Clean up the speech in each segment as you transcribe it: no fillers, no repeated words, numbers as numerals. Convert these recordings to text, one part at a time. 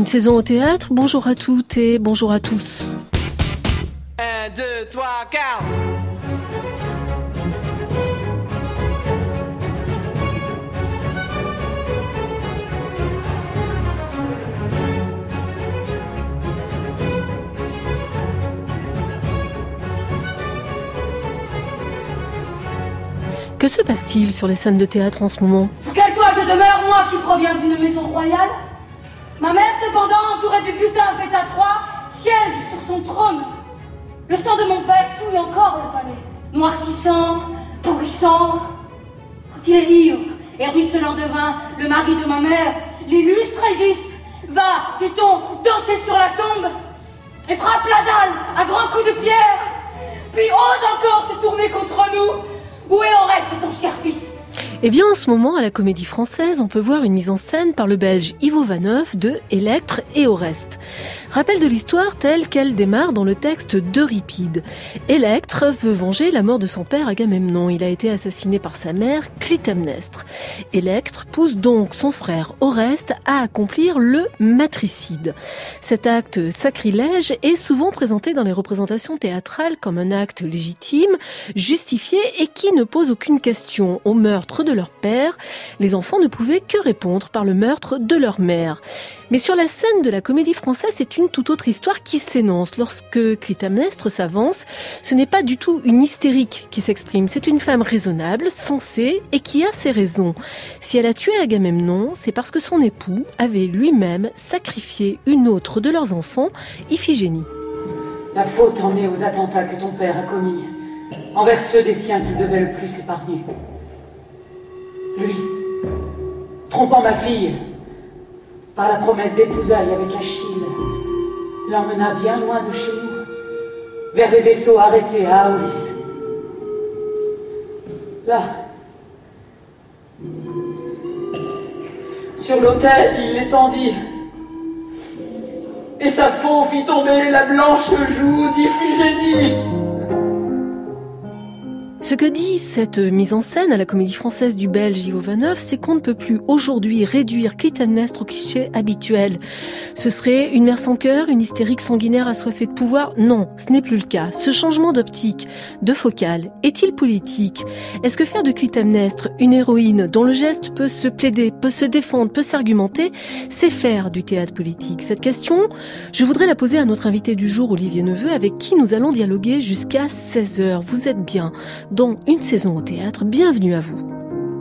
saison au théâtre, bonjour à toutes et bonjour à tous. 1, 2, 3, 4. Que se passe-t-il sur les scènes de théâtre en ce moment ? Sous quel toit je demeure, moi qui proviens d'une maison royale ? Ma mère, cependant, entourée du butin fait à trois, siège sur son trône. Le sang de mon père souille encore le palais, noircissant, pourrissant. Quand il est ivre et ruisselant de vin, le mari de ma mère, l'illustre et juste, va, dit-on, danser sur la tombe et frappe la dalle à grands coups de pierre, puis ose encore se tourner contre nous. Où est Oreste, ton cher fils ? Eh bien, en ce moment, à la Comédie Française, on peut voir une mise en scène par le Belge Ivo Vanhoff de Électre et Oreste. Rappel de l'histoire telle qu'elle démarre dans le texte d'Euripide. Électre veut venger la mort de son père Agamemnon. Il a été assassiné par sa mère, Clytemnestre. Électre pousse donc son frère Oreste à accomplir le matricide. Cet acte sacrilège est souvent présenté dans les représentations théâtrales comme un acte légitime, justifié et qui ne pose aucune question. Au meurtre de leur père, les enfants ne pouvaient que répondre par le meurtre de leur mère. Mais sur la scène de la Comédie Française, c'est une toute autre histoire qui s'énonce. Lorsque Clytemnestre s'avance, ce n'est pas du tout une hystérique qui s'exprime, c'est une femme raisonnable, sensée et qui a ses raisons. Si elle a tué Agamemnon, c'est parce que son époux avait lui-même sacrifié une autre de leurs enfants, Iphigénie. La faute en est aux attentats que ton père a commis envers ceux des siens qu'il devait le plus épargner. Lui, trompant ma fille, par la promesse d'épousailles avec Achille, l'emmena bien loin de chez nous, vers les vaisseaux arrêtés à Aulis. Là, sur l'autel, il l'étendit, et sa faux fit tomber la blanche joue d'Iphigénie. Ce que dit cette mise en scène à la Comédie Française du Belge Ivo Vanhoff, c'est qu'on ne peut plus aujourd'hui réduire Clytemnestre au cliché habituel. Ce serait une mère sans cœur, une hystérique sanguinaire assoiffée de pouvoir ? Non, ce n'est plus le cas. Ce changement d'optique, de focale, est-il politique ? Est-ce que faire de Clytemnestre une héroïne dont le geste peut se plaider, peut se défendre, peut s'argumenter, c'est faire du théâtre politique ? Cette question, je voudrais la poser à notre invité du jour, Olivier Neveu, avec qui nous allons dialoguer jusqu'à 16h. Vous êtes bien dans une saison au théâtre, bienvenue à vous.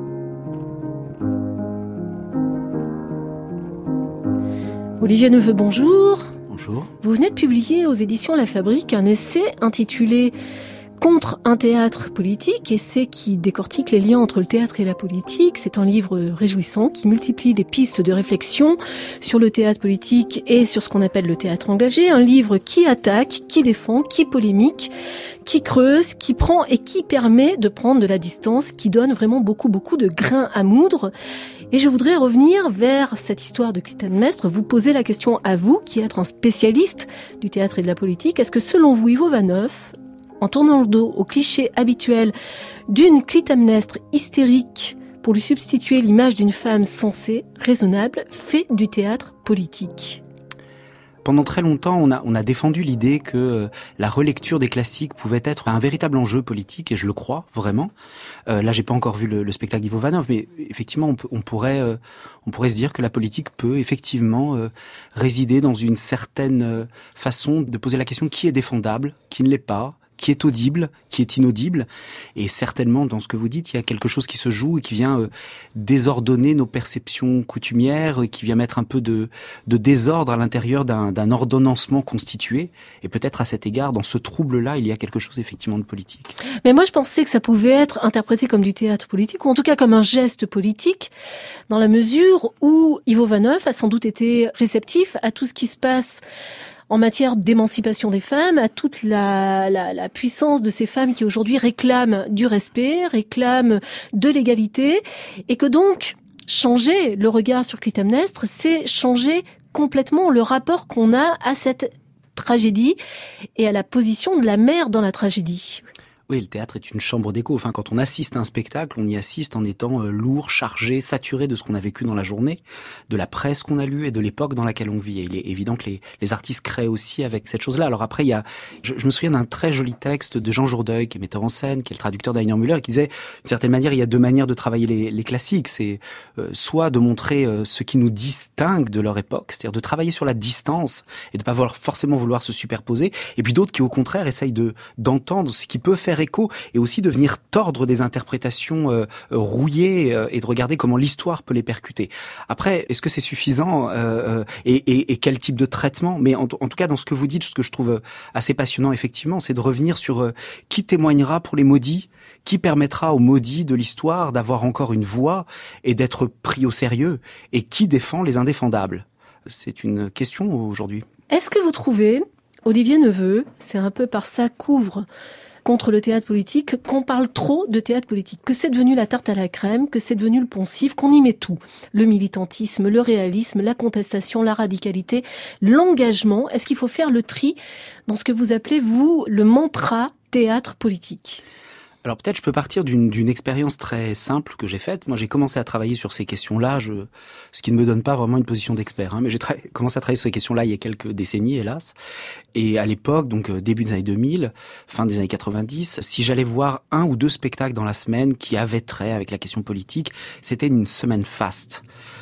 Olivier Neveu, bonjour. Bonjour. Vous venez de publier aux éditions La Fabrique un essai intitulé Contre un théâtre politique, essai qui décortique les liens entre le théâtre et la politique. C'est un livre réjouissant qui multiplie les pistes de réflexion sur le théâtre politique et sur ce qu'on appelle le théâtre engagé. Un livre qui attaque, qui défend, qui polémique, qui creuse, qui prend et qui permet de prendre de la distance, qui donne vraiment beaucoup de grains à moudre. Et je voudrais revenir vers cette histoire de Clytemnestre, vous poser la question à vous, qui êtes un spécialiste du théâtre et de la politique. Est-ce que selon vous, Ivo Vanhoff, en tournant le dos au cliché habituel d'une Clytemnestre hystérique pour lui substituer l'image d'une femme sensée, raisonnable, fait du théâtre politique ? Pendant très longtemps, on a défendu l'idée que la relecture des classiques pouvait être un véritable enjeu politique, et je le crois vraiment. Là, j'ai pas encore vu le spectacle d'Ivo Vanhoff, mais effectivement, on pourrait se dire que la politique peut effectivement résider dans une certaine façon de poser la question qui est défendable, qui ne l'est pas, qui est audible, qui est inaudible. Et certainement, dans ce que vous dites, il y a quelque chose qui se joue et qui vient désordonner nos perceptions coutumières, et qui vient mettre un peu de désordre à l'intérieur d'un ordonnancement constitué. Et peut-être à cet égard, dans ce trouble-là, il y a quelque chose effectivement de politique. Mais moi, je pensais que ça pouvait être interprété comme du théâtre politique, ou en tout cas comme un geste politique, dans la mesure où Ivo Vanhoff a sans doute été réceptif à tout ce qui se passe en matière d'émancipation des femmes, à toute la puissance de ces femmes qui aujourd'hui réclament du respect, réclament de l'égalité, et que donc changer le regard sur Clytemnestre, c'est changer complètement le rapport qu'on a à cette tragédie et à la position de la mère dans la tragédie. Oui, le théâtre est une chambre d'écho. Enfin, quand on assiste à un spectacle, on y assiste en étant lourd, chargé, saturé de ce qu'on a vécu dans la journée, de la presse qu'on a lue et de l'époque dans laquelle on vit. Et il est évident que les artistes créent aussi avec cette chose-là. Alors après, je me souviens d'un très joli texte de Jean Jourdeuil, qui est metteur en scène, qui est le traducteur d'Heiner Müller, qui disait, d'une certaine manière, il y a deux manières de travailler les classiques. C'est soit de montrer ce qui nous distingue de leur époque, c'est-à-dire de travailler sur la distance et de pas forcément vouloir se superposer, et puis d'autres qui, au contraire, essayent d'entendre ce qui peut faire écho et aussi de venir tordre des interprétations rouillées et de regarder comment l'histoire peut les percuter. Après, est-ce que c'est suffisant et quel type de traitement? Mais en tout cas, dans ce que vous dites, ce que je trouve assez passionnant, effectivement, c'est de revenir sur qui témoignera pour les maudits, qui permettra aux maudits de l'histoire d'avoir encore une voix et d'être pris au sérieux, et qui défend les indéfendables. C'est une question aujourd'hui. Est-ce que vous trouvez, Olivier Neveu, c'est un peu par ça qu'ouvre contre le théâtre politique, qu'on parle trop de théâtre politique, que c'est devenu la tarte à la crème, que c'est devenu le poncif, qu'on y met tout. Le militantisme, le réalisme, la contestation, la radicalité, l'engagement. Est-ce qu'il faut faire le tri dans ce que vous appelez, vous, le mantra théâtre politique ? Alors peut-être je peux partir d'une expérience très simple que j'ai faite. Moi j'ai commencé à travailler sur ces questions-là, ce qui ne me donne pas vraiment une position d'expert, mais j'ai commencé à travailler sur ces questions-là il y a quelques décennies, hélas. Et à l'époque, donc début des années 2000, fin des années 90, si j'allais voir 1 ou 2 spectacles dans la semaine qui avaient trait avec la question politique, c'était une semaine faste.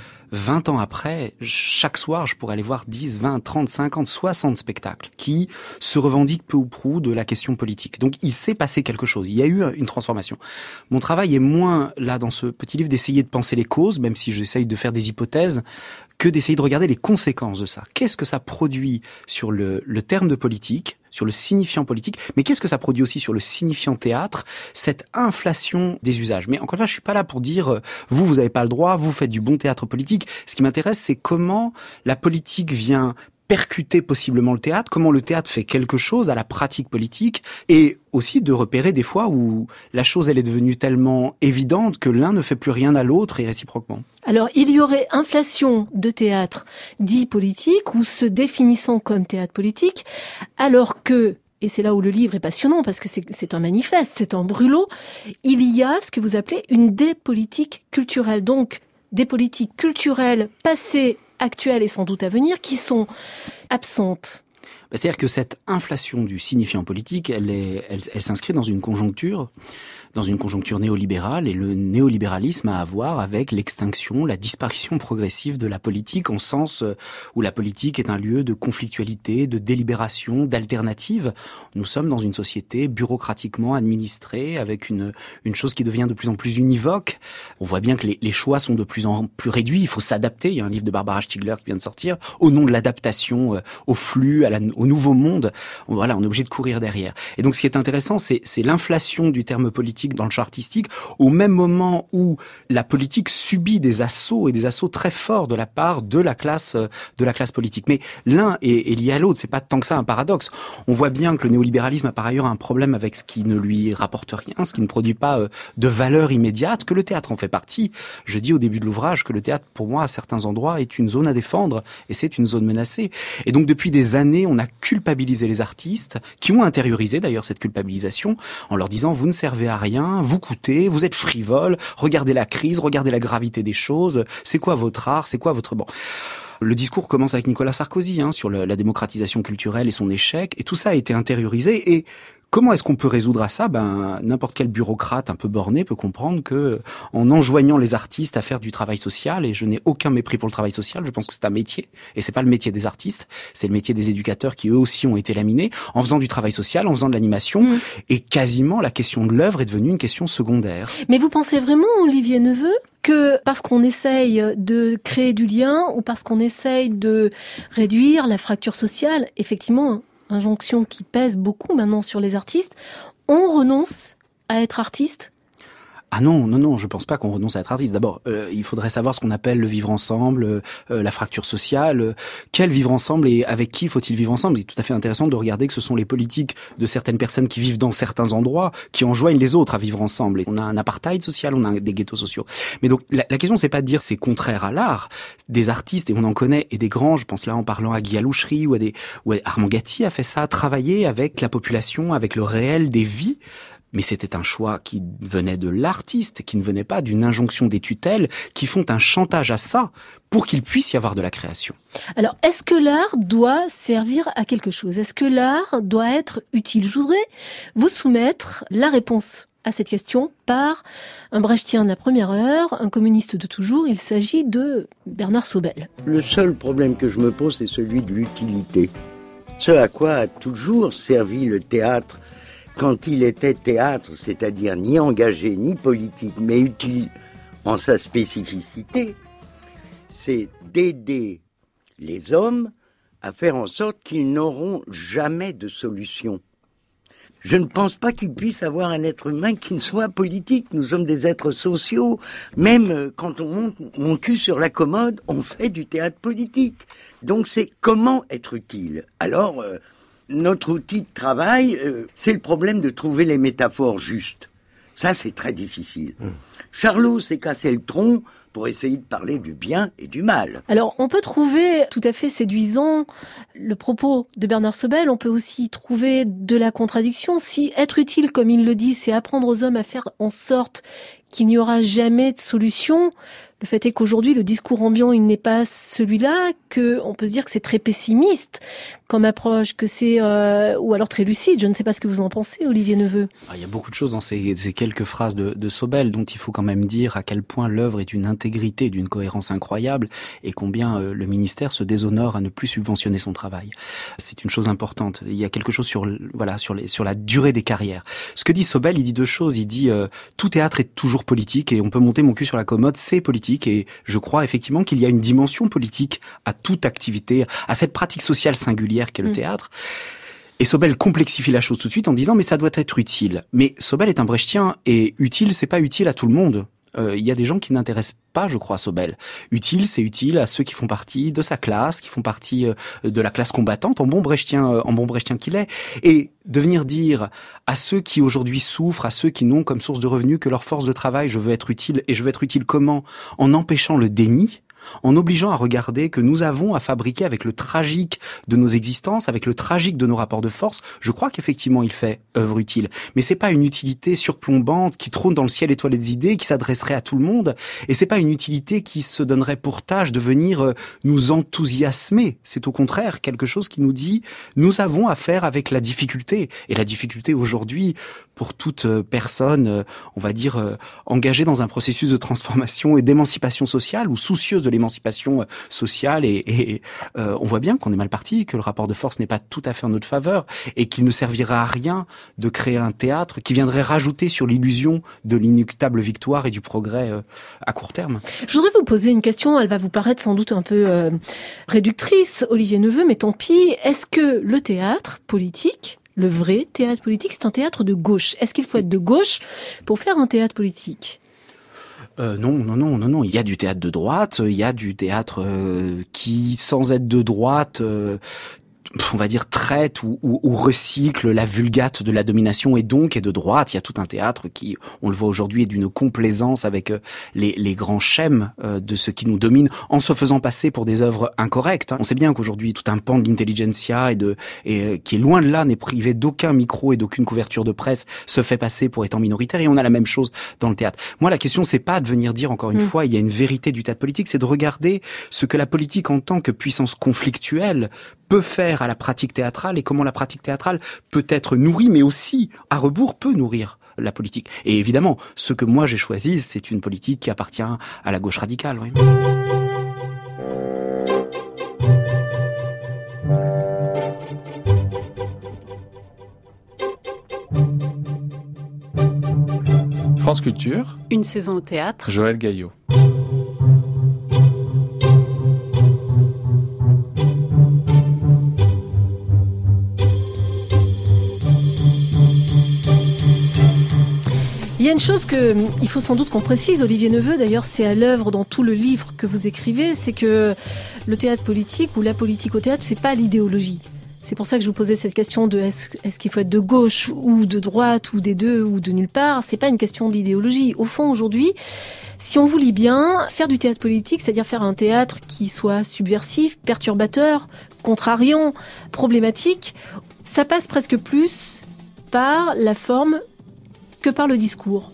20 ans après, chaque soir, je pourrais aller voir 10, 20, 30, 50, 60 spectacles qui se revendiquent peu ou prou de la question politique. Donc, il s'est passé quelque chose. Il y a eu une transformation. Mon travail est moins, là, dans ce petit livre, d'essayer de penser les causes, même si j'essaye de faire des hypothèses, que d'essayer de regarder les conséquences de ça. Qu'est-ce que ça produit sur le terme de politique, sur le signifiant politique, mais qu'est-ce que ça produit aussi sur le signifiant théâtre, cette inflation des usages. Mais encore une fois, je suis pas là pour dire vous avez pas le droit, vous faites du bon théâtre politique. Ce qui m'intéresse, c'est comment la politique vient percuter possiblement le théâtre, comment le théâtre fait quelque chose à la pratique politique, et aussi de repérer des fois où la chose elle est devenue tellement évidente que l'un ne fait plus rien à l'autre et réciproquement. Alors, il y aurait inflation de théâtre dit politique ou se définissant comme théâtre politique, alors que, et c'est là où le livre est passionnant parce que c'est un manifeste, c'est un brûlot, il y a ce que vous appelez une dépolitique culturelle. Donc, des politiques culturelles passées, actuelles et sans doute à venir, qui sont absentes. C'est-à-dire que cette inflation du signifiant politique, elle s'inscrit dans une conjoncture néolibérale, et le néolibéralisme a à voir avec l'extinction, la disparition progressive de la politique, en sens où la politique est un lieu de conflictualité, de délibération, d'alternative. Nous sommes dans une société bureaucratiquement administrée, avec une chose qui devient de plus en plus univoque. On voit bien que les choix sont de plus en plus réduits, il faut s'adapter. Il y a un livre de Barbara Stiegler qui vient de sortir, au nom de l'adaptation au flux, au nouveau monde. Voilà, on est obligé de courir derrière. Et donc ce qui est intéressant, c'est l'inflation du terme politique dans le champ artistique, au même moment où la politique subit des assauts, et des assauts très forts de la part de la classe politique. Mais l'un est lié à l'autre, c'est pas tant que ça un paradoxe. On voit bien que le néolibéralisme a par ailleurs un problème avec ce qui ne lui rapporte rien, ce qui ne produit pas de valeur immédiate, que le théâtre en fait partie. Je dis au début de l'ouvrage que le théâtre, pour moi, à certains endroits, est une zone à défendre, et c'est une zone menacée. Et donc depuis des années, on a culpabilisé les artistes, qui ont intériorisé d'ailleurs cette culpabilisation, en leur disant vous ne servez à rien, vous coûtez, vous êtes frivole, regardez la crise, regardez la gravité des choses, c'est quoi votre art, c'est quoi votre... Bon. Le discours commence avec Nicolas Sarkozy sur la démocratisation culturelle et son échec, et tout ça a été intériorisé, et comment est-ce qu'on peut résoudre à ça ? N'importe quel bureaucrate un peu borné peut comprendre que, en enjoignant les artistes à faire du travail social, et je n'ai aucun mépris pour le travail social, je pense que c'est un métier, et c'est pas le métier des artistes, c'est le métier des éducateurs qui eux aussi ont été laminés, en faisant du travail social, en faisant de l'animation, et quasiment la question de l'œuvre est devenue une question secondaire. Mais vous pensez vraiment, Olivier Neveu, que parce qu'on essaye de créer du lien, ou parce qu'on essaye de réduire la fracture sociale, effectivement, injonction qui pèse beaucoup maintenant sur les artistes, on renonce à être artiste ? Ah non, je pense pas qu'on renonce à être artiste. D'abord, il faudrait savoir ce qu'on appelle le vivre ensemble, la fracture sociale. Quel vivre ensemble et avec qui faut-il vivre ensemble ? C'est tout à fait intéressant de regarder que ce sont les politiques de certaines personnes qui vivent dans certains endroits qui enjoignent les autres à vivre ensemble. Et on a un apartheid social, on a des ghettos sociaux. Mais donc, la question, c'est pas de dire c'est contraire à l'art. Des artistes, et on en connaît, et des grands, je pense là en parlant à Guy Alouchery ou Armand Gatti a fait ça, travailler avec la population, avec le réel des vies mais c'était un choix qui venait de l'artiste, qui ne venait pas d'une injonction des tutelles qui font un chantage à ça pour qu'il puisse y avoir de la création. Alors, est-ce que l'art doit servir à quelque chose ? Est-ce que l'art doit être utile ? Je voudrais vous soumettre la réponse à cette question par un brechtien de la première heure, un communiste de toujours. Il s'agit de Bernard Sobel. Le seul problème que je me pose, c'est celui de l'utilité. Ce à quoi a toujours servi le théâtre quand il était théâtre, c'est-à-dire ni engagé ni politique, mais utile en sa spécificité, c'est d'aider les hommes à faire en sorte qu'ils n'auront jamais de solution. Je ne pense pas qu'il puisse avoir un être humain qui ne soit politique. Nous sommes des êtres sociaux. Même quand on monte mon cul sur la commode, on fait du théâtre politique. Donc c'est comment être utile. Alors, notre outil de travail, c'est le problème de trouver les métaphores justes. Ça, c'est très difficile. Charlot s'est cassé le tronc pour essayer de parler du bien et du mal. Alors, on peut trouver tout à fait séduisant le propos de Bernard Sobel. On peut aussi trouver de la contradiction. Si être utile, comme il le dit, c'est apprendre aux hommes à faire en sorte qu'il n'y aura jamais de solution, le fait est qu'aujourd'hui, le discours ambiant, il n'est pas celui-là, qu'on peut se dire que c'est très pessimiste comme approche, que c'est ou alors très lucide. Je ne sais pas ce que vous en pensez, Olivier Neveu. Il y a beaucoup de choses dans ces quelques phrases de Sobel dont il faut quand même dire à quel point l'œuvre est d'une intégrité, d'une cohérence incroyable et combien le ministère se déshonore à ne plus subventionner son travail. C'est une chose importante. Il y a quelque chose sur la durée des carrières. Ce que dit Sobel, il dit deux choses. Il dit tout théâtre est toujours politique et on peut monter mon cul sur la commode, c'est politique, et je crois effectivement qu'il y a une dimension politique à toute activité, à cette pratique sociale singulière qu'est le théâtre. Et Sobel complexifie la chose tout de suite en disant mais ça doit être utile. Mais Sobel est un brechtien et utile, c'est pas utile à tout le monde. Il y a des gens qui n'intéressent pas, je crois, Sobel. Utile, c'est utile à ceux qui font partie de sa classe, qui font partie de la classe combattante, en bon brechtien qu'il est. Et de venir dire à ceux qui aujourd'hui souffrent, à ceux qui n'ont comme source de revenus que leur force de travail, je veux être utile, et je veux être utile comment ? En empêchant le déni, en obligeant à regarder que nous avons à fabriquer avec le tragique de nos existences, avec le tragique de nos rapports de force. Je crois qu'effectivement il fait œuvre utile, mais c'est pas une utilité surplombante qui trône dans le ciel étoilé des idées, qui s'adresserait à tout le monde, et c'est pas une utilité qui se donnerait pour tâche de venir nous enthousiasmer. C'est au contraire quelque chose qui nous dit nous avons à faire avec la difficulté, et la difficulté aujourd'hui pour toute personne, on va dire engagée dans un processus de transformation et d'émancipation sociale ou soucieuse de l'émancipation sociale, et on voit bien qu'on est mal parti, que le rapport de force n'est pas tout à fait en notre faveur et qu'il ne servira à rien de créer un théâtre qui viendrait rajouter sur l'illusion de l'inéluctable victoire et du progrès à court terme. Je voudrais vous poser une question, elle va vous paraître sans doute un peu réductrice, Olivier Neveu, mais tant pis. Est-ce que le théâtre politique, le vrai théâtre politique, c'est un théâtre de gauche ? Est-ce qu'il faut être de gauche pour faire un théâtre politique ? Non. Il y a du théâtre de droite, il y a du théâtre qui, sans être de droite, on va dire traite ou recycle la vulgate de la domination, et donc est de droite. Il y a tout un théâtre qui, on le voit aujourd'hui, est d'une complaisance avec les grands schèmes de ce qui nous domine, en se faisant passer pour des œuvres incorrectes. On sait bien qu'aujourd'hui tout un pan de l'intelligentsia et qui est loin de là, n'est privé d'aucun micro et d'aucune couverture de presse, se fait passer pour étant minoritaire, et on a la même chose dans le théâtre. Moi, la question, c'est pas de venir dire encore une fois il y a une vérité du théâtre politique, c'est de regarder ce que la politique en tant que puissance conflictuelle peut faire à la pratique théâtrale, et comment la pratique théâtrale peut être nourrie, mais aussi, à rebours, peut nourrir la politique. Et évidemment, ce que moi j'ai choisi, c'est une politique qui appartient à la gauche radicale. Oui. France Culture. Une saison au théâtre. Joël Gaillot. Il y a une chose qu'il faut sans doute qu'on précise, Olivier Neveu, d'ailleurs c'est à l'œuvre dans tout le livre que vous écrivez, c'est que le théâtre politique ou la politique au théâtre, c'est pas l'idéologie. C'est pour ça que je vous posais cette question de est-ce qu'il faut être de gauche ou de droite ou des deux ou de nulle part. C'est pas une question d'idéologie. Au fond, aujourd'hui, si on vous lit bien, faire du théâtre politique, c'est-à-dire faire un théâtre qui soit subversif, perturbateur, contrariant, problématique, ça passe presque plus par la forme que par le discours.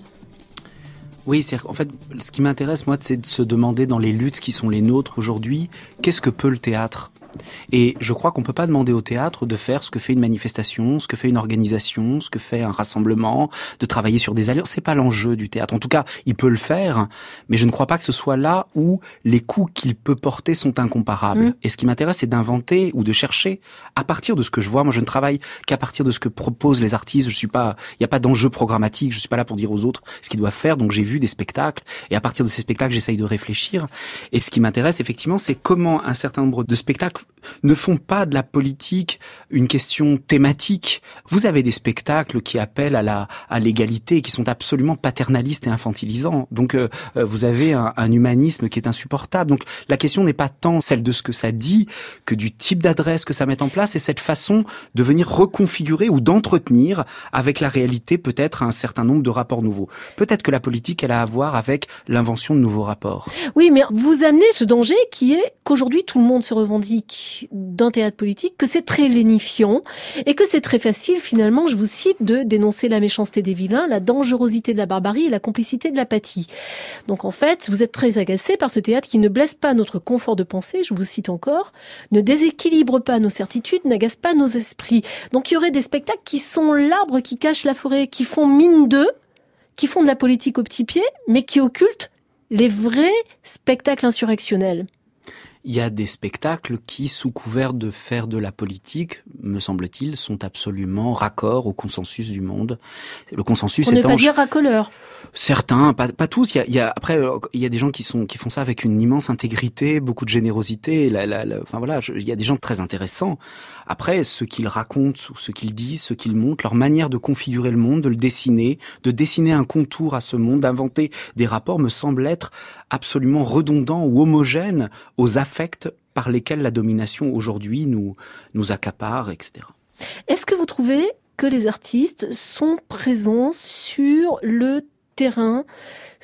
Oui, en fait, ce qui m'intéresse, moi, c'est de se demander dans les luttes qui sont les nôtres aujourd'hui, qu'est-ce que peut le théâtre ? Et je crois qu'on peut pas demander au théâtre de faire ce que fait une manifestation, ce que fait une organisation, ce que fait un rassemblement, de travailler sur des allures. C'est pas l'enjeu du théâtre. En tout cas, il peut le faire, mais je ne crois pas que ce soit là où les coups qu'il peut porter sont incomparables. Et ce qui m'intéresse, c'est d'inventer ou de chercher à partir de ce que je vois. Moi, je ne travaille qu'à partir de ce que proposent les artistes. Il n'y a pas d'enjeu programmatique. Je suis pas là pour dire aux autres ce qu'ils doivent faire. Donc, j'ai vu des spectacles et à partir de ces spectacles, j'essaye de réfléchir. Et ce qui m'intéresse, effectivement, c'est comment un certain nombre de spectacles ne font pas de la politique une question thématique. Vous avez des spectacles qui appellent à l'égalité, qui sont absolument paternalistes et infantilisants. Donc vous avez un humanisme qui est insupportable. Donc la question n'est pas tant celle de ce que ça dit que du type d'adresse que ça met en place et cette façon de venir reconfigurer ou d'entretenir avec la réalité peut-être un certain nombre de rapports nouveaux. Peut-être que la politique, elle a à voir avec l'invention de nouveaux rapports. Oui, mais vous amenez ce danger qui est qu'aujourd'hui tout le monde se revendique d'un théâtre politique, que c'est très lénifiant et que c'est très facile finalement, je vous cite, de dénoncer la méchanceté des vilains, la dangerosité de la barbarie et la complicité de l'apathie. Donc en fait, vous êtes très agacé par ce théâtre qui ne blesse pas notre confort de pensée, je vous cite encore, ne déséquilibre pas nos certitudes, n'agace pas nos esprits. Donc il y aurait des spectacles qui sont l'arbre qui cache la forêt, qui font mine d'eux, qui font de la politique au petit pied, mais qui occultent les vrais spectacles insurrectionnels. Il y a des spectacles qui, sous couvert de faire de la politique, me semble-t-il, sont absolument raccords au consensus du monde. Le consensus pour étant... ne pas dire racoleurs. Certains, pas tous. Après, il y a des gens qui font ça avec une immense intégrité, beaucoup de générosité. Enfin voilà, il y a des gens très intéressants. Après, ce qu'ils racontent ou ce qu'ils disent, ce qu'ils montrent, leur manière de configurer le monde, de le dessiner, de dessiner un contour à ce monde, d'inventer des rapports, me semble être absolument redondant ou homogène aux affects par lesquels la domination aujourd'hui nous accapare, etc. Est-ce que vous trouvez que les artistes sont présents sur le terrain social ?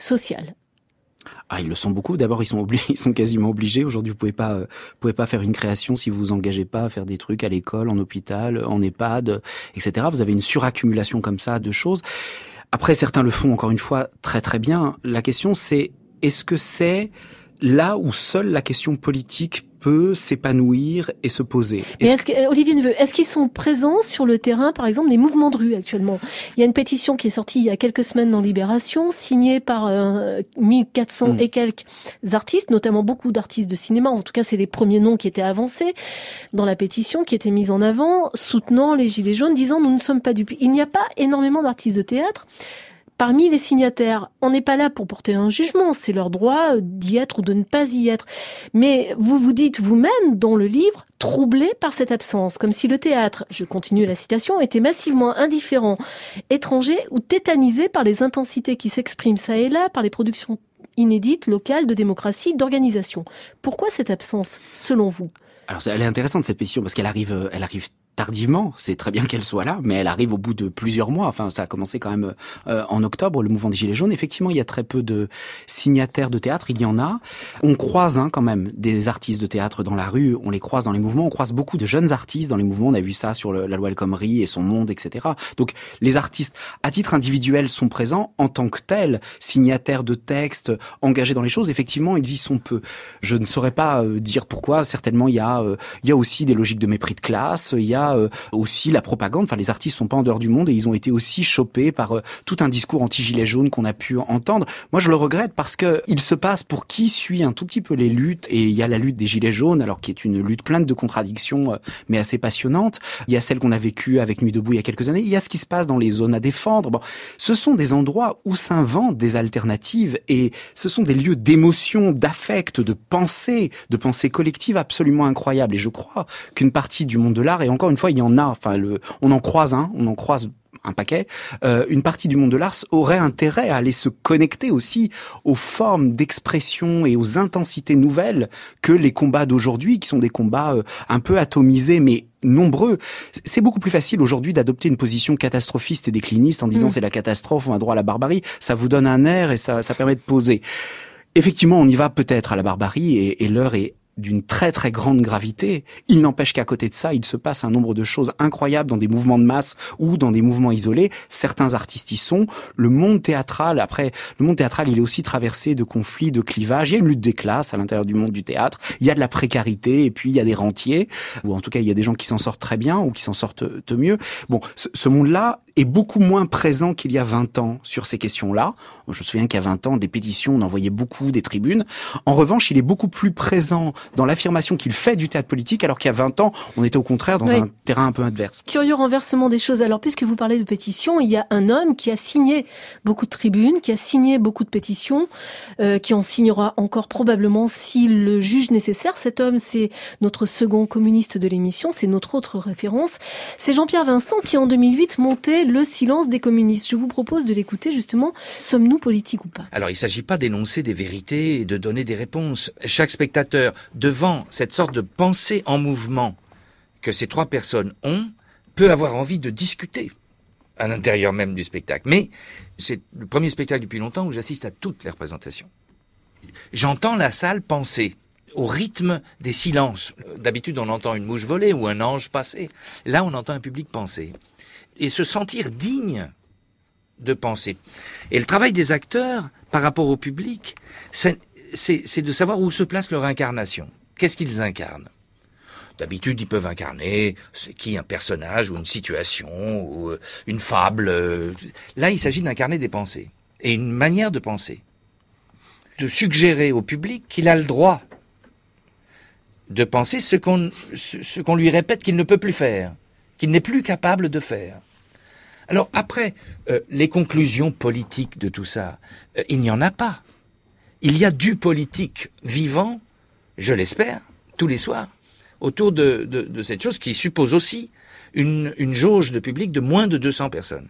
Ah, ils le sont beaucoup. D'abord, ils sont quasiment obligés. Aujourd'hui, vous pouvez pas faire une création si vous vous engagez pas à faire des trucs à l'école, en hôpital, en EHPAD, etc. Vous avez une suraccumulation comme ça de choses. Après, certains le font encore une fois très très bien. La question, c'est est-ce que c'est là où seule la question politique peut s'épanouir et se poser. Olivier Neveu, est-ce qu'ils sont présents sur le terrain, par exemple, des mouvements de rue actuellement ? Il y a une pétition qui est sortie il y a quelques semaines dans Libération, signée par 1400 et quelques artistes, notamment beaucoup d'artistes de cinéma. En tout cas, c'est les premiers noms qui étaient avancés dans la pétition, qui étaient mis en avant, soutenant les Gilets jaunes, disant « Nous ne sommes pas dupes ». Il n'y a pas énormément d'artistes de théâtre parmi les signataires. On n'est pas là pour porter un jugement, c'est leur droit d'y être ou de ne pas y être. Mais vous vous dites vous-même dans le livre, troublé par cette absence, comme si le théâtre, je continue la citation, était massivement indifférent, étranger ou tétanisé par les intensités qui s'expriment ça et là, par les productions inédites, locales, de démocratie, d'organisation. Pourquoi cette absence, selon vous ? Alors, elle est intéressante cette pétition parce qu'elle arrive tardivement, c'est très bien qu'elle soit là, mais elle arrive au bout de plusieurs mois. Enfin, ça a commencé quand même en octobre, le mouvement des Gilets jaunes. Effectivement, il y a très peu de signataires de théâtre, il y en a. On croise quand même des artistes de théâtre dans la rue, on les croise dans les mouvements, on croise beaucoup de jeunes artistes dans les mouvements, on a vu ça sur la loi El Khomri et son monde, etc. Donc, les artistes, à titre individuel, sont présents en tant que tels, signataires de textes, engagés dans les choses, effectivement, ils y sont peu. Je ne saurais pas dire pourquoi, certainement, il y a aussi des logiques de mépris de classe, il y a aussi la propagande. Enfin, les artistes sont pas en dehors du monde et ils ont été aussi chopés par tout un discours anti-gilets jaunes qu'on a pu entendre. Moi, je le regrette parce que il se passe, pour qui suit un tout petit peu les luttes, et il y a la lutte des gilets jaunes, alors qui est une lutte pleine de contradictions, mais assez passionnante. Il y a celle qu'on a vécue avec Nuit debout il y a quelques années. Il y a ce qui se passe dans les zones à défendre. Bon, ce sont des endroits où s'inventent des alternatives et ce sont des lieux d'émotion, d'affect, de pensée collective absolument incroyables. Et je crois qu'une partie du monde de l'art, et encore une fois, il y en a, enfin, on en croise un paquet, une partie du monde de l'art aurait intérêt à aller se connecter aussi aux formes d'expression et aux intensités nouvelles que les combats d'aujourd'hui, qui sont des combats un peu atomisés, mais nombreux. C'est beaucoup plus facile aujourd'hui d'adopter une position catastrophiste et décliniste en disant c'est la catastrophe, on a droit à la barbarie. Ça vous donne un air et ça permet de poser. Effectivement, on y va peut-être à la barbarie et l'heure est d'une très très grande gravité. Il n'empêche qu'à côté de ça, il se passe un nombre de choses incroyables dans des mouvements de masse ou dans des mouvements isolés. Certains artistes y sont. Le monde théâtral, il est aussi traversé de conflits, de clivages. Il y a une lutte des classes à l'intérieur du monde du théâtre. Il y a de la précarité et puis il y a des rentiers, ou en tout cas il y a des gens qui s'en sortent très bien ou qui s'en sortent mieux. Bon, ce monde-là est beaucoup moins présent qu'il y a 20 ans sur ces questions-là. Je me souviens qu'il y a 20 ans, des pétitions, on en voyait beaucoup, des tribunes. En revanche, il est beaucoup plus présent dans l'affirmation qu'il fait du théâtre politique, alors qu'il y a 20 ans, on était au contraire dans un terrain un peu adverse. Curieux renversement des choses. Alors, puisque vous parlez de pétitions, il y a un homme qui a signé beaucoup de tribunes, qui a signé beaucoup de pétitions, qui en signera encore probablement s'il le juge nécessaire. Cet homme, c'est notre second communiste de l'émission, c'est notre autre référence. C'est Jean-Pierre Vincent qui, en 2008, montait Le silence des communistes. Je vous propose de l'écouter justement. Sommes-nous politiques ou pas? Alors, il ne s'agit pas d'énoncer des vérités et de donner des réponses. Chaque spectateur, devant cette sorte de pensée en mouvement que ces trois personnes ont, peut avoir envie de discuter à l'intérieur même du spectacle. Mais c'est le premier spectacle depuis longtemps où j'assiste à toutes les représentations. J'entends la salle penser au rythme des silences. D'habitude, on entend une mouche voler ou un ange passer. Là, on entend un public penser. Et se sentir digne de penser. Et le travail des acteurs par rapport au public, c'est de savoir où se place leur incarnation. Qu'est-ce qu'ils incarnent? D'habitude, ils peuvent incarner un personnage ou une situation ou une fable. Là, il s'agit d'incarner des pensées et une manière de penser. De suggérer au public qu'il a le droit de penser ce qu'on lui répète qu'il ne peut plus faire, qu'il n'est plus capable de faire. Alors après, les conclusions politiques de tout ça, il n'y en a pas. Il y a du politique vivant, je l'espère, tous les soirs, autour de cette chose qui suppose aussi une jauge de public de moins de 200 personnes.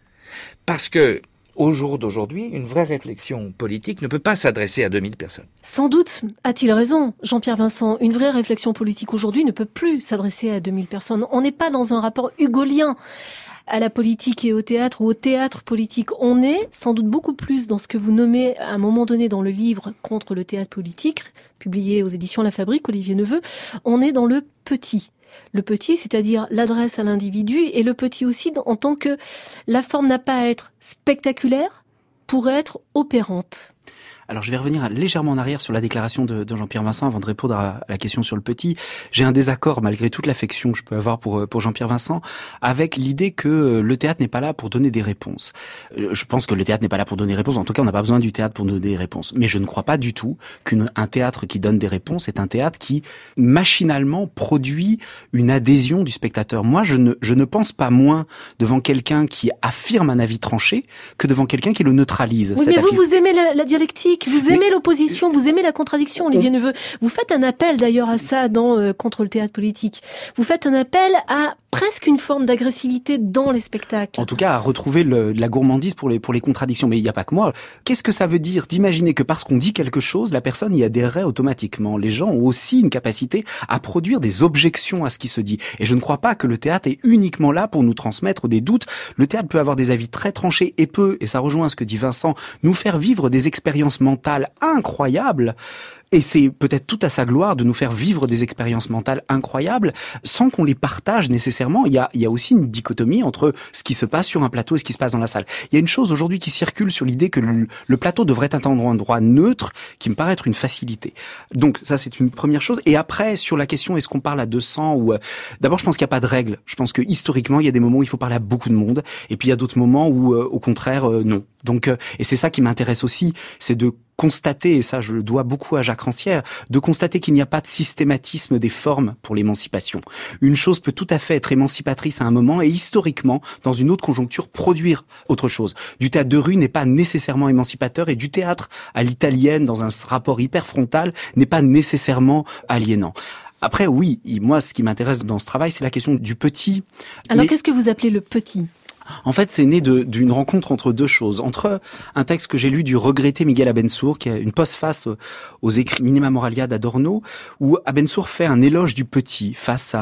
Parce que, au jour d'aujourd'hui, une vraie réflexion politique ne peut pas s'adresser à 2000 personnes. Sans doute a-t-il raison, Jean-Pierre Vincent. Une vraie réflexion politique aujourd'hui ne peut plus s'adresser à 2000 personnes. On n'est pas dans un rapport hugolien à la politique et au théâtre ou au théâtre politique. On est sans doute beaucoup plus dans ce que vous nommez à un moment donné dans le livre Contre le théâtre politique, publié aux éditions La Fabrique, Olivier Neveu. On est dans le petit. Le petit, c'est-à-dire l'adresse à l'individu, et le petit aussi en tant que la forme n'a pas à être spectaculaire pour être opérante. Alors je vais revenir légèrement en arrière sur la déclaration de Jean-Pierre Vincent avant de répondre à la question sur le petit. J'ai un désaccord, malgré toute l'affection que je peux avoir pour Jean-Pierre Vincent, avec l'idée que le théâtre n'est pas là pour donner des réponses. Je pense que le théâtre n'est pas là pour donner des réponses. En tout cas, on n'a pas besoin du théâtre pour donner des réponses. Mais je ne crois pas du tout qu'un théâtre qui donne des réponses est un théâtre qui, machinalement, produit une adhésion du spectateur. Moi, je ne pense pas moins devant quelqu'un qui affirme un avis tranché que devant quelqu'un qui le neutralise. Oui, mais vous aimez la dialectique. Vous aimez l'opposition, vous aimez la contradiction, Olivier Neveu. Vous faites un appel d'ailleurs à ça dans Contre le théâtre politique. Vous faites un appel à presque une forme d'agressivité dans les spectacles. En tout cas, à retrouver la gourmandise pour les contradictions. Mais il n'y a pas que moi. Qu'est-ce que ça veut dire d'imaginer que parce qu'on dit quelque chose, la personne y adhérerait automatiquement? Les gens ont aussi une capacité à produire des objections à ce qui se dit. Et je ne crois pas que le théâtre est uniquement là pour nous transmettre des doutes. Le théâtre peut avoir des avis très tranchés et peut, et ça rejoint ce que dit Vincent, nous faire vivre des expériences mentales incroyables. Et c'est peut-être tout à sa gloire de nous faire vivre des expériences mentales incroyables sans qu'on les partage nécessairement. Il y a aussi une dichotomie entre ce qui se passe sur un plateau et ce qui se passe dans la salle. Il y a une chose aujourd'hui qui circule sur l'idée que le plateau devrait être un endroit neutre qui me paraît être une facilité. Donc ça, c'est une première chose. Et après, sur la question, est-ce qu'on parle à 200 ou... D'abord, je pense qu'il n'y a pas de règle. Je pense que historiquement, il y a des moments où il faut parler à beaucoup de monde. Et puis, il y a d'autres moments où, au contraire, non. Donc, et c'est ça qui m'intéresse aussi, c'est de constater, et ça je le dois beaucoup à Jacques Rancière, de constater qu'il n'y a pas de systématisme des formes pour l'émancipation. Une chose peut tout à fait être émancipatrice à un moment et historiquement, dans une autre conjoncture, produire autre chose. Du théâtre de rue n'est pas nécessairement émancipateur et du théâtre à l'italienne, dans un rapport hyper frontal, n'est pas nécessairement aliénant. Après, oui, moi ce qui m'intéresse dans ce travail, c'est la question du petit. Alors qu'est-ce que vous appelez le petit ? En fait, c'est né d'une rencontre entre deux choses. Entre un texte que j'ai lu du regretté Miguel Abensour, qui a une postface aux écrits Minima Moralia d'Adorno, où Abensour fait un éloge du petit face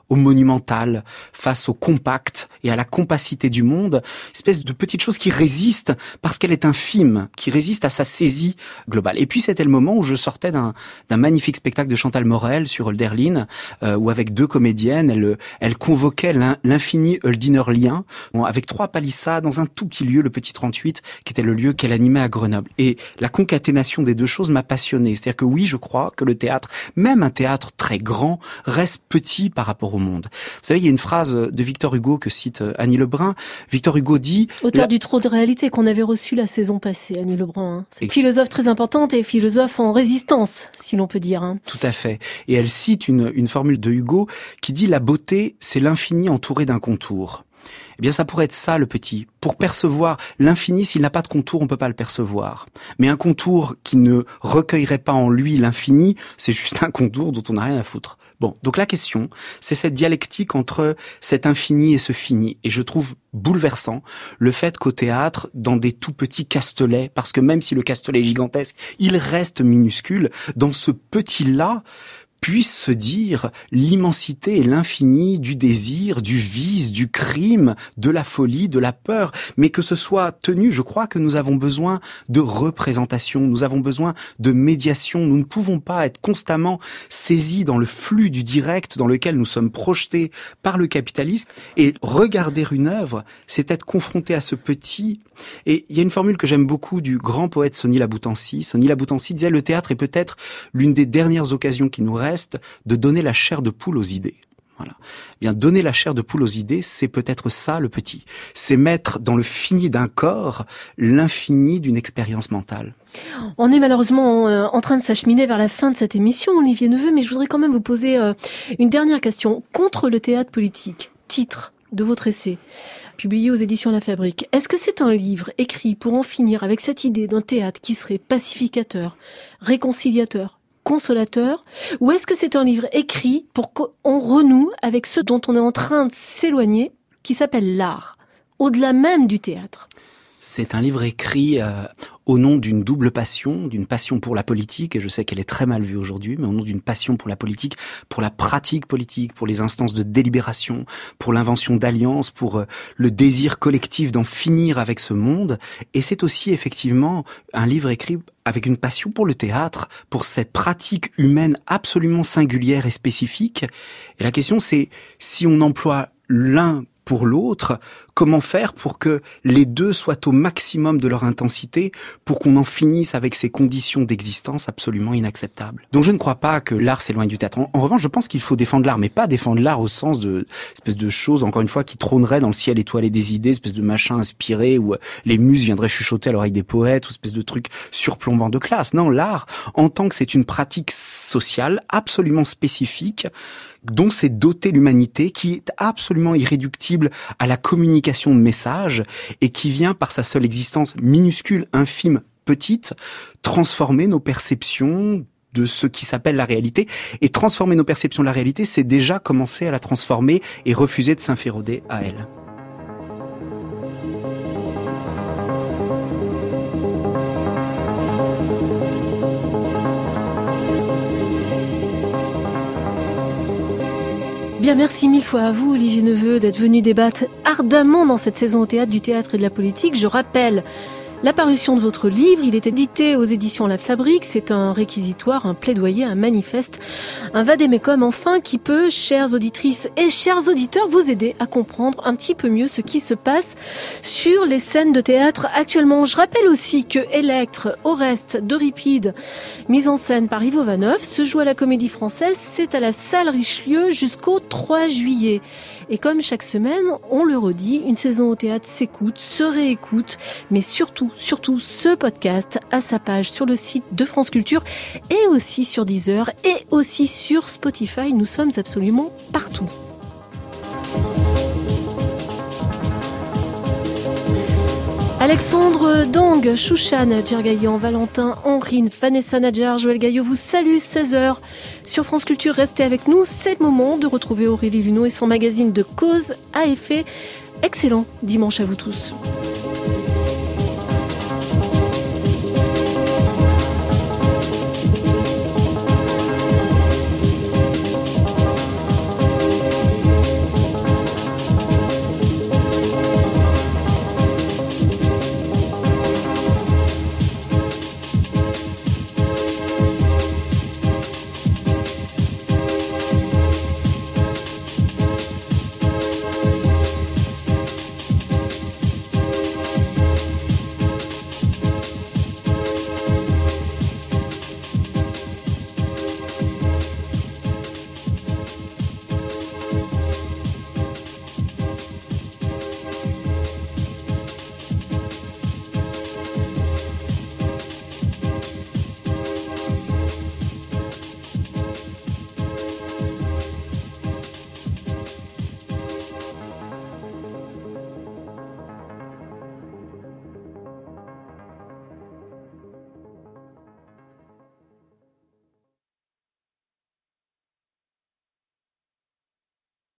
au monumental, face au compact et à la compacité du monde, espèce de petite chose qui résiste parce qu'elle est infime, qui résiste à sa saisie globale. Et puis c'était le moment où je sortais d'un magnifique spectacle de Chantal Morel sur Hölderlin, où avec 2 comédiennes, elle convoquait l'infini höldinerlien, avec 3 palissades dans un tout petit lieu, le Petit 38, qui était le lieu qu'elle animait à Grenoble. Et la concaténation des deux choses m'a passionné. C'est-à-dire que oui, je crois que le théâtre, même un théâtre très grand, reste petit par rapport au monde. Vous savez, il y a une phrase de Victor Hugo que cite Annie Lebrun. Victor Hugo dit... Auteur du Trop de réalité qu'on avait reçu la saison passée, Annie Lebrun. C'est une philosophe très importante et philosophe en résistance, si l'on peut dire. Tout à fait. Et elle cite une formule de Hugo qui dit « La beauté, c'est l'infini entouré d'un contour ». Eh bien, ça pourrait être ça, le petit. Pour percevoir l'infini, s'il n'a pas de contour, on peut pas le percevoir. Mais un contour qui ne recueillerait pas en lui l'infini, c'est juste un contour dont on n'a rien à foutre. Bon, donc la question, c'est cette dialectique entre cet infini et ce fini. Et je trouve bouleversant le fait qu'au théâtre, dans des tout petits castelets, parce que même si le castelet est gigantesque, il reste minuscule, dans ce petit-là, puisse se dire l'immensité et l'infini du désir, du vice, du crime, de la folie, de la peur, mais que ce soit tenu. Je crois que nous avons besoin de représentation, nous avons besoin de médiation. Nous ne pouvons pas être constamment saisis dans le flux du direct dans lequel nous sommes projetés par le capitalisme. Et regarder une œuvre, c'est être confronté à ce petit. Et il y a une formule que j'aime beaucoup du grand poète Sony Laboutancy. Sony Laboutancy disait « Le théâtre est peut-être l'une des dernières occasions qui nous reste de donner la chair de poule aux idées. » Voilà. Bien, donner la chair de poule aux idées, c'est peut-être ça le petit. C'est mettre dans le fini d'un corps l'infini d'une expérience mentale. On est malheureusement en train de s'acheminer vers la fin de cette émission, Olivier Neveu, mais je voudrais quand même vous poser une dernière question. Contre le théâtre politique, titre de votre essai, publié aux éditions La Fabrique. Est-ce que c'est un livre écrit pour en finir avec cette idée d'un théâtre qui serait pacificateur, réconciliateur, consolateur, ou est-ce que c'est un livre écrit pour qu'on renoue avec ce dont on est en train de s'éloigner, qui s'appelle l'art, au-delà même du théâtre? C'est un livre écrit au nom d'une double passion, d'une passion pour la politique, et je sais qu'elle est très mal vue aujourd'hui, mais au nom d'une passion pour la politique, pour la pratique politique, pour les instances de délibération, pour l'invention d'alliances, pour le désir collectif d'en finir avec ce monde. Et c'est aussi effectivement un livre écrit avec une passion pour le théâtre, pour cette pratique humaine absolument singulière et spécifique. Et la question c'est, si on emploie l'un pour l'autre, comment faire pour que les deux soient au maximum de leur intensité, pour qu'on en finisse avec ces conditions d'existence absolument inacceptables. Donc je ne crois pas que l'art s'éloigne du théâtre. En revanche, je pense qu'il faut défendre l'art, mais pas défendre l'art au sens de espèce de choses, encore une fois, qui trônerait dans le ciel étoilé des idées, espèce de machin inspiré où les muses viendraient chuchoter à l'oreille des poètes, ou espèce de truc surplombant de classe. Non, l'art, en tant que c'est une pratique sociale absolument spécifique, dont s'est dotée l'humanité, qui est absolument irréductible à la communication de messages et qui vient par sa seule existence minuscule, infime, petite, transformer nos perceptions de ce qui s'appelle la réalité. Et transformer nos perceptions de la réalité, c'est déjà commencer à la transformer et refuser de s'inféroder à elle. Bien, merci mille fois à vous, Olivier Neveu, d'être venu débattre ardemment dans cette saison au théâtre du théâtre et de la politique. Je rappelle la parution de votre livre. Il est édité aux éditions La Fabrique. C'est un réquisitoire, un plaidoyer, un manifeste, un vade-mecum enfin qui peut, chères auditrices et chers auditeurs, vous aider à comprendre un petit peu mieux ce qui se passe sur les scènes de théâtre actuellement. Je rappelle aussi que Électre, Oreste, d'Euripide, mise en scène par Ivo Vanneuf, se joue à la Comédie Française. C'est à la salle Richelieu jusqu'au 3 juillet. Et comme chaque semaine, on le redit, une saison au théâtre s'écoute, se réécoute, mais surtout, ce podcast a sa page sur le site de France Culture et aussi sur Deezer et aussi sur Spotify. Nous sommes absolument partout. Alexandre Dang, Chouchane, Djergayan, Valentin, Henrine, Vanessa Nadjar, Joël Gaillot vous salue, 16h sur France Culture. Restez avec nous, c'est le moment de retrouver Aurélie Luneau et son magazine de Cause à effet. Excellent dimanche à vous tous.